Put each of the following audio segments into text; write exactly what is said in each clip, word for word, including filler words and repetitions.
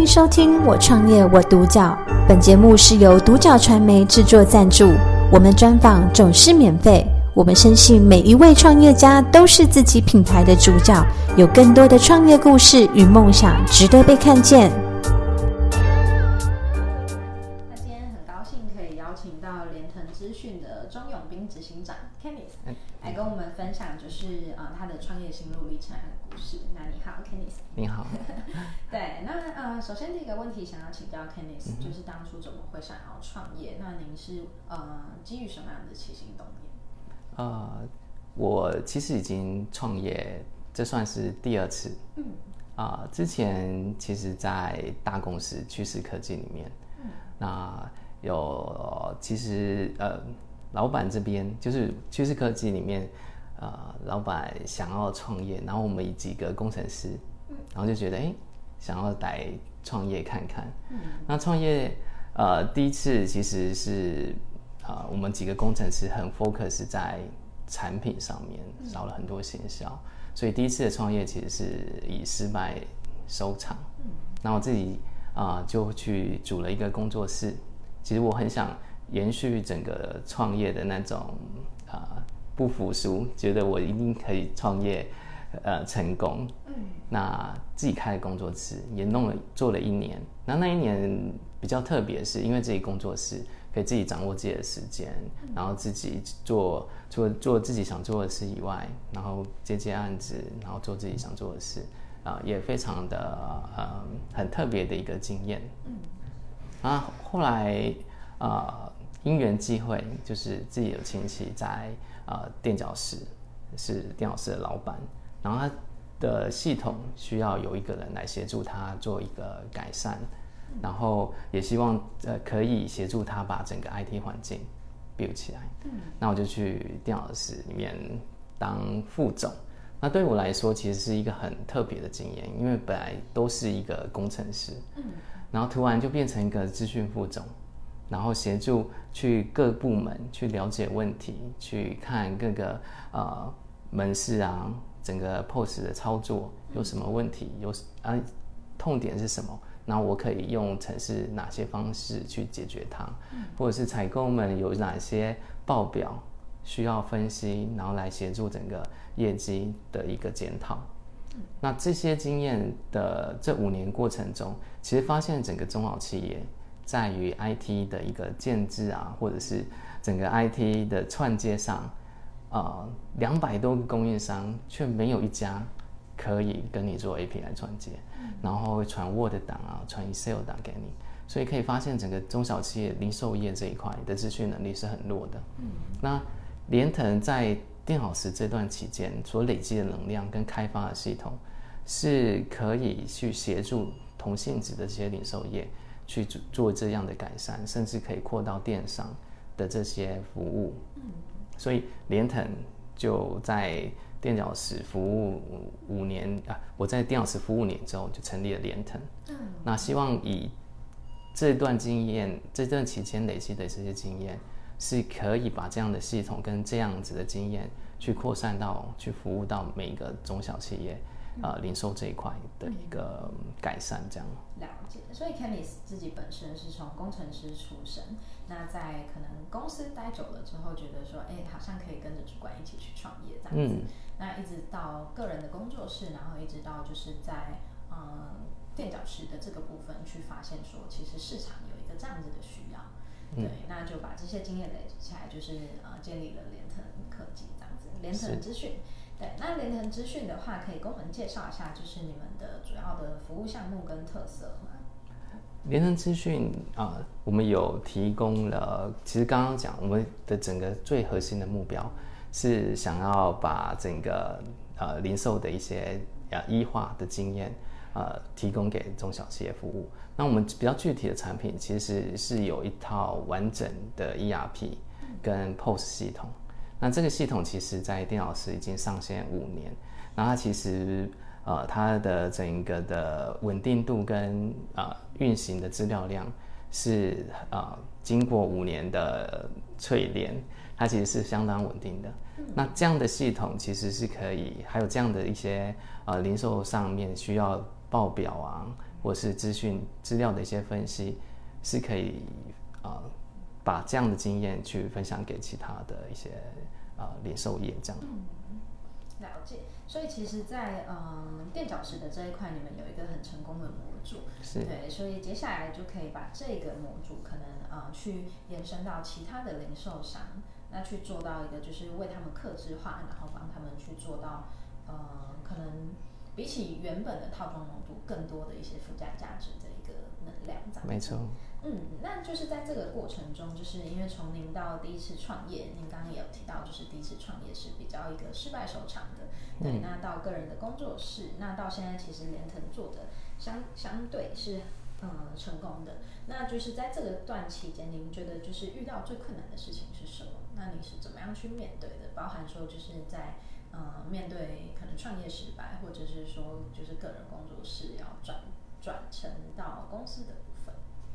收听我创业我独角，本节目是由独角传媒制作赞助，我们专访总是免费。我们深信每一位创业家都是自己品牌的主角，有更多的创业故事与梦想值得被看见。 那今天很高兴可以邀请到联腾资讯的钟永斌执行长 Kenneth 来跟我们分享，就是呃他的创业心路历程和故事。那你好 Kenneth。 你好。 对，那呃首先第一个问题想要请教 Kenneth，、嗯、就是当初怎么会想要创业？那您是呃基于什么样的起心动念？ 呃，我其实已经创业，这算是第二次。嗯。啊、呃，之前其实，在大公司趋势科技里面，嗯，那有其实呃，老板这边就是趋势科技里面，呃，老板想要创业，然后我们以几个工程师，嗯，然后就觉得哎、欸，想要来创业看看。嗯。那创业呃，第一次其实是。呃，我们几个工程师很 focus 在产品上面，少了很多行销，嗯、所以第一次的创业其实是以失败收场。嗯，那我自己啊、呃、就去组了一个工作室。其实我很想延续整个创业的那种啊、呃、不服输，觉得我一定可以创业呃成功。嗯，那自己开了工作室，也弄了做了一年。那那一年比较特别，是因为自己工作室。可以自己掌握自己的时间，然后自己做除了做自己想做的事以外，然后接接案子，然后做自己想做的事，啊、呃，也非常的呃很特别的一个经验。嗯，啊，后来呃因缘际会，就是自己有亲戚在呃垫脚石，是垫脚石的老板，然后他的系统需要有一个人来协助他做一个改善。然后也希望呃可以协助他把整个 I T 环境 build 起来。嗯，那我就去电脑室里面当副总。那对我来说，其实是一个很特别的经验，因为本来都是一个工程师，嗯，然后突然就变成一个资讯副总，然后协助去各部门去了解问题，去看各个呃门市啊，整个 P O S 的操作有什么问题，有啊痛点是什么。然后我可以用程式哪些方式去解决它，嗯、或者是采购们有哪些报表需要分析，然后来协助整个业绩的一个检讨。嗯、那这些经验的这五年过程中，其实发现整个中小企业在于 I T 的一个建制啊，或者是整个 I T 的串接上，呃，两百多个供应商却没有一家可以跟你做 A P I 来串接。然后会传 Word 档啊，传 Excel 档给你，所以可以发现整个中小企业、零售业这一块的资讯能力是很弱的。嗯，那联腾在电脑石这段期间所累积的能量跟开发的系统，是可以去协助同性质的这些零售业去做这样的改善，甚至可以扩到电商的这些服务。嗯，所以联腾就在电脚石服务五年啊，我在电脚石服务五年之后就成立了联腾。嗯，那希望以这段经验、这段期间累积的这些经验，是可以把这样的系统跟这样子的经验去扩散到、去服务到每一个中小企业，呃，零售这一块的一个改善，这样。 了解。所以 Kenneth 自己本身是从工程师出身，那在可能公司待久了之后，觉得说，哎，好像可以跟着主管一起去创业这样子。嗯，那一直到个人的工作室，然后一直到就是在嗯垫脚石的这个部分去发现说，其实市场有一个这样子的需要。对，嗯、那就把这些经验累积起来，就是呃建立了联腾科技这样子，联腾资讯。对，那联腾资讯的话，可以跟我们介绍一下，就是你们的主要的服务项目跟特色吗？ 联腾资讯啊、呃，我们有提供了，其实刚刚讲我们的整个最核心的目标是想要把整个呃零售的一些呃医化的经验呃提供给中小企业服务。那我们比较具体的产品其实是有一套完整的 E R P 跟 P O S 系统。那这个系统其实在电脑石已经上线五年，那它其实呃它的整个的稳定度跟呃运行的资料量是呃经过五年的淬炼，它其实是相当稳定的。那这样的系统其实是可以，还有这样的一些呃零售上面需要报表啊， 或者是资讯资料的一些分析，是可以呃把这样的经验去分享给其他的一些呃零售业这样。 嗯，了解。所以其实在，在嗯垫脚石的这一块，你们有一个很成功的模组， 是对，所以接下来就可以把这个模组可能呃去延伸到其他的零售商，那去做到一个就是为他们客制化，然后帮他们去做到呃可能比起原本的套装模组更多的一些附加价值的一个能量，这样子。 没错。 嗯，那就是在这个过程中，就是因为从您到第一次创业，您刚刚也有提到，就是第一次创业是比较一个失败收场的，对。嗯、那到个人的工作室，那到现在其实联腾做的相相对是呃成功的。那就是在这个段期间，您觉得就是遇到最困难的事情是什么？那你是怎么样去面对的？包含说就是在呃面对可能创业失败，或者是说就是个人工作室要转转成到公司的部分。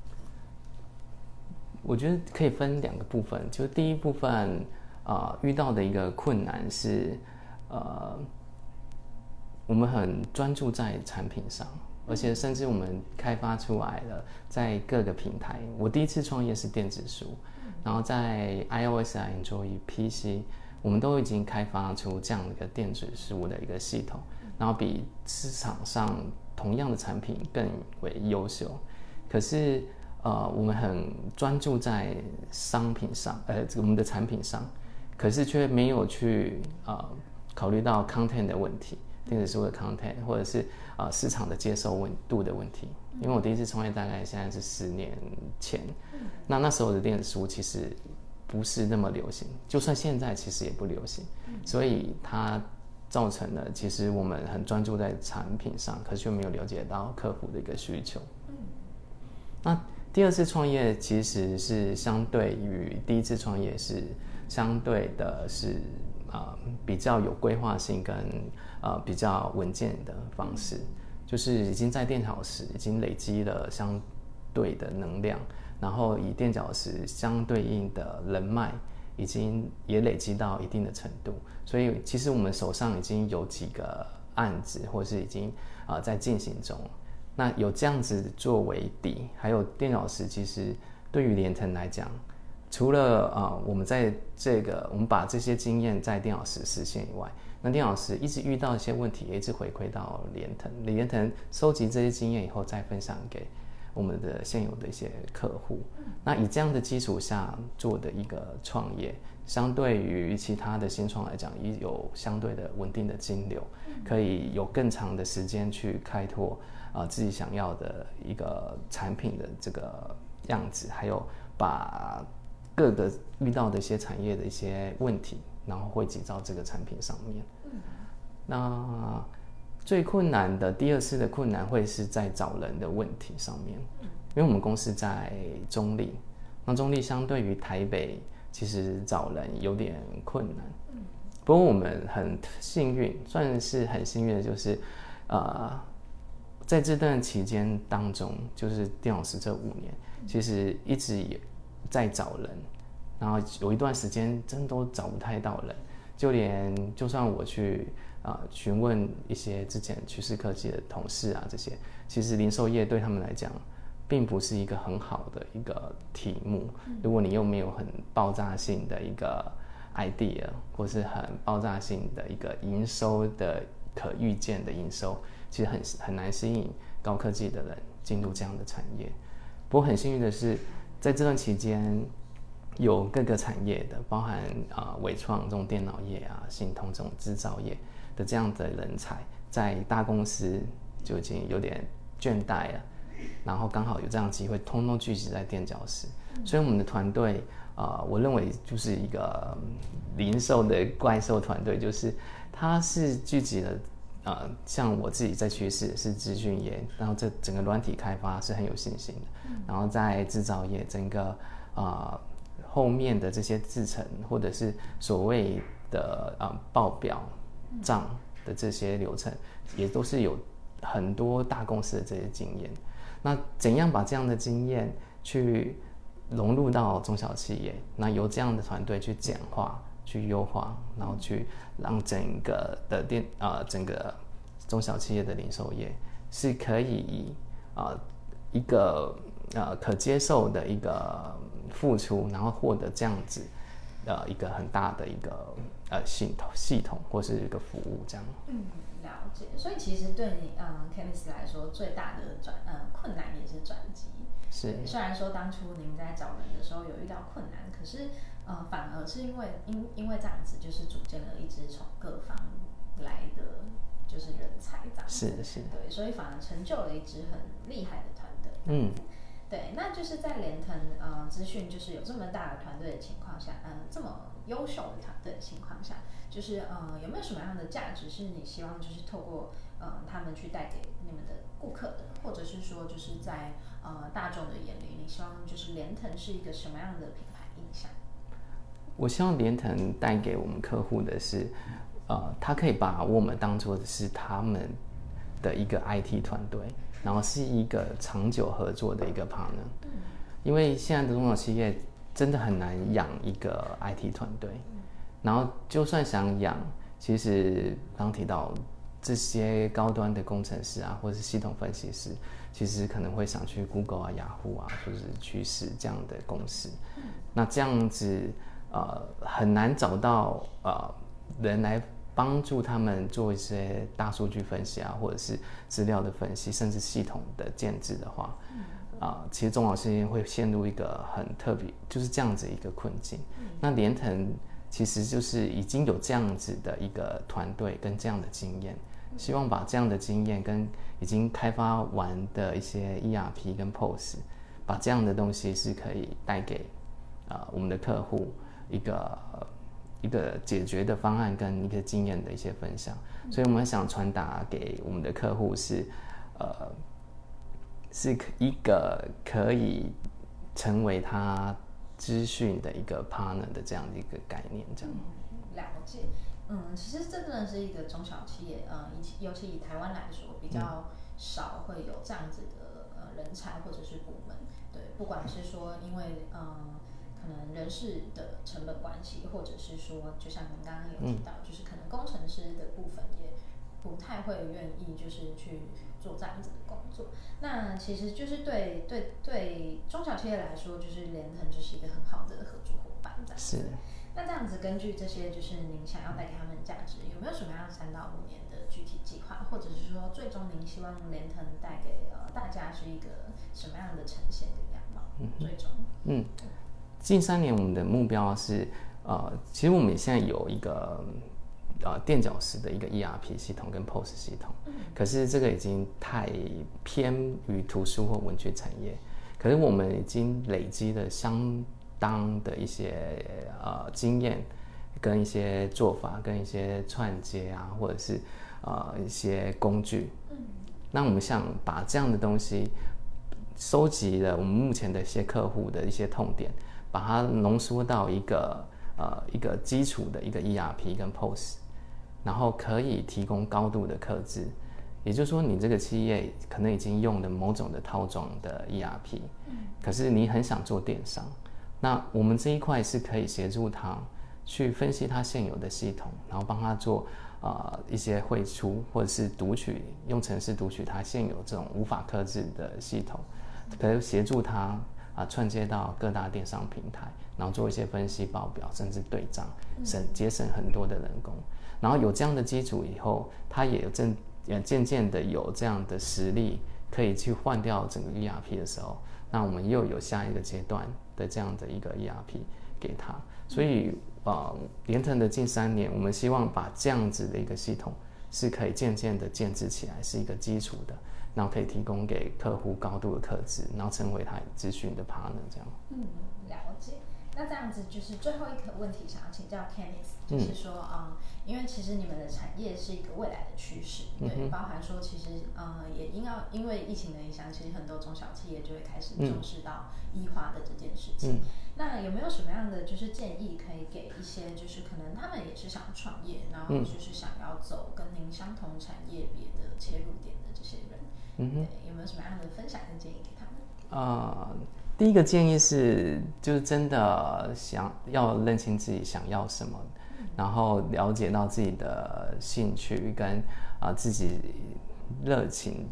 我觉得可以分两个部分，就第一部分，呃，遇到的一个困难是，呃，我们很专注在产品上，而且甚至我们开发出来了，在各个平台。我第一次创业是电子书，然后在 iOS 啊、Android、P C， 我们都已经开发出这样的一个电子书的一个系统，然后比市场上同样的产品更为优秀。可是，呃，我们很专注在商品上，呃，我们的产品上，可是却没有去呃考虑到 content 的问题，电子书的 content， 或者是呃市场的接受温度的问题。因为我第一次创业大概现在是十年前，那那时候的电子书其实不是那么流行，就算现在其实也不流行，所以它造成了其实我们很专注在产品上，可是却没有了解到客户的一个需求。那第二次创业其实是相对于第一次创业是相对的是呃比较有规划性跟呃比较稳健的方式，就是已经在垫脚石已经累积了相对的能量，然后以垫脚石相对应的人脉已经也累积到一定的程度，所以其实我们手上已经有几个案子或是已经呃在进行中。那有这样子作为底，还有垫脚石，其实对于联腾来讲，除了呃我们在这个我们把这些经验在垫脚石实现以外，那垫脚石一直遇到一些问题，也一直回馈到联腾，联腾收集这些经验以后，再分享给我们的现有的一些客户。那以这样的基础下做的一个创业，相对于其他的新创来讲，也有相对的稳定的金流，可以有更长的时间去开拓呃自己想要的一个产品的这个样子，还有把各个遇到的一些产业的一些问题，然后汇集到这个产品上面。嗯、那最困难的第二次的困难会是在找人的问题上面，因为我们公司在中壢，那中壢相对于台北，其实找人有点困难。不过我们很幸运，算是很幸运的，就是呃。在这段期间当中，就是垫脚石这五年，其实一直也在找人，然后有一段时间真都找不太到人，就连就算我去啊询问一些之前趋势科技的同事啊，这些其实零售业对他们来讲，并不是一个很好的一个题目。如果你又没有很爆炸性的一个 idea， 或是很爆炸性的一个营收的可预见的营收，其实很很难吸引高科技的人进入这样的产业。不过很幸运的是，在这段期间，有各个产业的，包含啊伟创这种电脑业啊、信通这种制造业的这样的人才，在大公司就已经有点倦怠了，然后刚好有这样的机会，通通聚集在垫脚石。所以我们的团队啊、呃，我认为就是一个零售的怪兽团队，就是它是聚集了。呃，像我自己在趋势是资讯业，然后这整个软体开发是很有信心的，嗯、然后在制造业整个呃后面的这些制程或者是所谓的呃报表账的这些流程，也都是有很多大公司的这些经验。那怎样把这样的经验去融入到中小企业？那由这样的团队去简化。去优化，然后去让整个的电呃整个中小企业的零售业是可以呃一个呃可接受的一个付出，然后获得这样子呃一个很大的一个呃系统系统或是一个服务这样。 嗯，了解。所以其实对你嗯 Kenneth 来说，最大的转呃困难也是转机。 是。 虽然说当初您在找人的时候有遇到困难，可是呃反而是因为因因为这样子，就是组建了一支从各方来的就是人才这样子。 是是。 对，所以反而成就了一支很厉害的团队。 嗯。 对，那就是在联腾呃资讯就是有这么大的团队的情况下，嗯、呃，这么优秀的团队的情况下，就是呃有没有什么样的价值是你希望就是透过呃他们去带给你们的顾客的，或者是说就是在呃大众的眼里，你希望就是联腾是一个什么样的品牌印象？ 我希望联腾带给我们客户的是，呃，他可以把我们当作是他们的一个 I T 团队。然后是一个长久合作的一个 partner， 因为现在的中小企业真的很难养一个 I T 团队，然后就算想养，其实刚提到这些高端的工程师啊，或者是系统分析师，其实可能会想去 Google 啊、雅虎啊，或者是趋势这样的公司，那这样子呃很难找到呃人来帮助他们做一些大数据分析啊，或者是资料的分析，甚至系统的建制的话，啊、呃，其实中小企业会陷入一个很特别，就是这样子一个困境。那联腾其实就是已经有这样子的一个团队跟这样的经验，希望把这样的经验跟已经开发完的一些 E R P 跟 P O S， 把这样的东西是可以带给啊、呃、我们的客户一个。呃一个解决的方案跟一个经验的一些分享，所以我们想传达给我们的客户是，呃，是一个可以成为他资讯的一个 partner 的这样的一个概念，这样。 嗯、了解，嗯，其实这真的是一个中小企业，呃，尤其以台湾来说，比较少会有这样子的呃人才或者是部门，对，不管是说因为嗯。可能人事的成本关系，或者是说，就像您刚刚有提到，嗯、就是可能工程师的部分也不太会愿意，就是去做这样子的工作。那其实就是对对对中小企业来说，就是联腾就是一个很好的合作伙伴。 是。 那这样子，根据这些就是您想要带给他们的价值，有没有什么样三到五年的具体计划，或者是说，最终您希望联腾带给呃大家是一个什么样的呈现的样貌？嗯、最终，嗯。 近三年我们的目标是，呃，其实我们现在有一个呃垫脚石的一个 E R P 系统跟 P O S 系统，可是这个已经太偏于图书或文具产业，可是我们已经累积了相当的一些呃经验，跟一些做法，跟一些串接啊，或者是呃一些工具，那我们想把这样的东西收集了我们目前的一些客户的一些痛点。把它浓缩到一个呃一个基础的一个 E R P 跟 P O S， 然后可以提供高度的客制，也就是说你这个企业可能已经用了某种的套装的 E R P， 可是你很想做电商，那我们这一块是可以协助他去分析他现有的系统，然后帮他做呃一些汇出或者是读取，用程式读取他现有这种无法客制的系统，可以协助他。啊，串接到各大电商平台，然后做一些分析报表，甚至对账，省节省很多的人工。然后有这样的基础以后，他也有正也渐渐的有这样的实力，可以去换掉整个 E R P 的时候，那我们又有下一个阶段的这样的一个 E R P 给他。所以，呃，联腾的近三年，我们希望把这样子的一个系统是可以渐渐的建制起来，是一个基础的。然后可以提供给客户高度的客制，然后成为他资讯的 partner 这样。 嗯，了解。那这样子就是最后一个问题，想要请教 Kenneth， 就是说啊、嗯，因为其实你们的产业是一个未来的趋势，对，嗯、包含说其实呃也因要因为疫情的影响，其实很多中小企业就会开始重视到异化的这件事情。嗯、那有没有什么样的就是建议可以给一些就是可能他们也是想创业，然后就是想要走跟您相同产业别的切入点的这些人？嗯哼，有没有什么样的分享跟建议给他们？ 呃，第一个建议是，就是真的想要认清自己想要什么，嗯、然后了解到自己的兴趣跟啊、呃、自己热情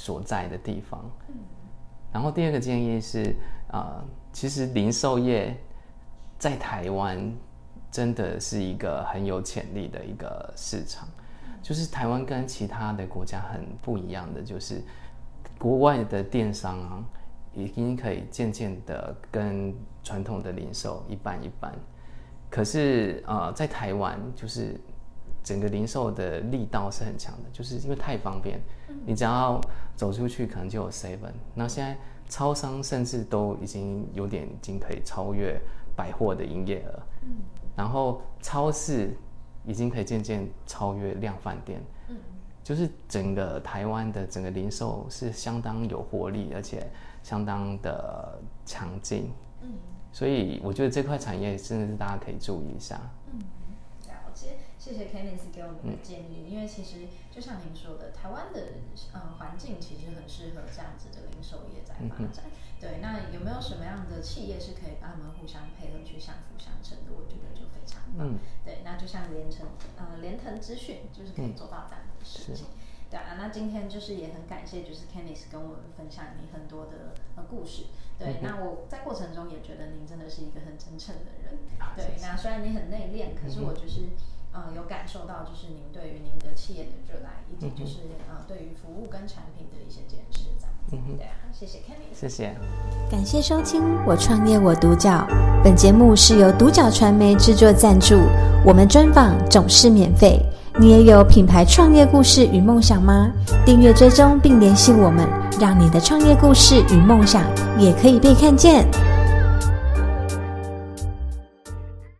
所在的地方。然后第二个建议是，呃，其实零售业在台湾真的是一个很有潜力的一个市场。就是台湾跟其他的国家很不一样的，就是国外的电商啊，已经可以渐渐的跟传统的零售一般一般。可是呃，在台湾就是整个零售的力道是很强的，就是因为太方便，你只要走出去可能就有 seven。那现在超商甚至都已经有点已经可以超越百货的营业额，然后超市已经可以渐渐超越量贩店，嗯，就是整个台湾的整个零售是相当有活力，而且相当的强劲，嗯，所以我觉得这块产业真的是大家可以注意一下。 嗯，了解，谢谢 Kenneth 给我们的建议，嗯、因为其实就像您说的，台湾的呃环境其实很适合这样子的零售业在发展。嗯、对，那有没有什么样的企业是可以帮他们互相配合去相辅相成的？我觉得就非常棒。嗯、对，那就像联腾呃联腾资讯就是可以做到这样的事情。嗯、对啊，那今天就是也很感谢，就是 Kenneth 跟我们分享你很多的呃故事。对，嗯、那我在过程中也觉得您真的是一个很真诚的人。啊、对，那虽然你很内敛，可是我就是。呃，有感受到就是您对于您的企业的热爱，以及就是、嗯、呃对于服务跟产品的一些坚持，这样子。嗯、对啊，谢谢 Kenneth， 谢谢。 感谢收听《我创业我独角》，本节目是由独角传媒制作赞助，我们专访总是免费。你也有品牌创业故事与梦想吗？订阅追踪并联系我们，让你的创业故事与梦想也可以被看见。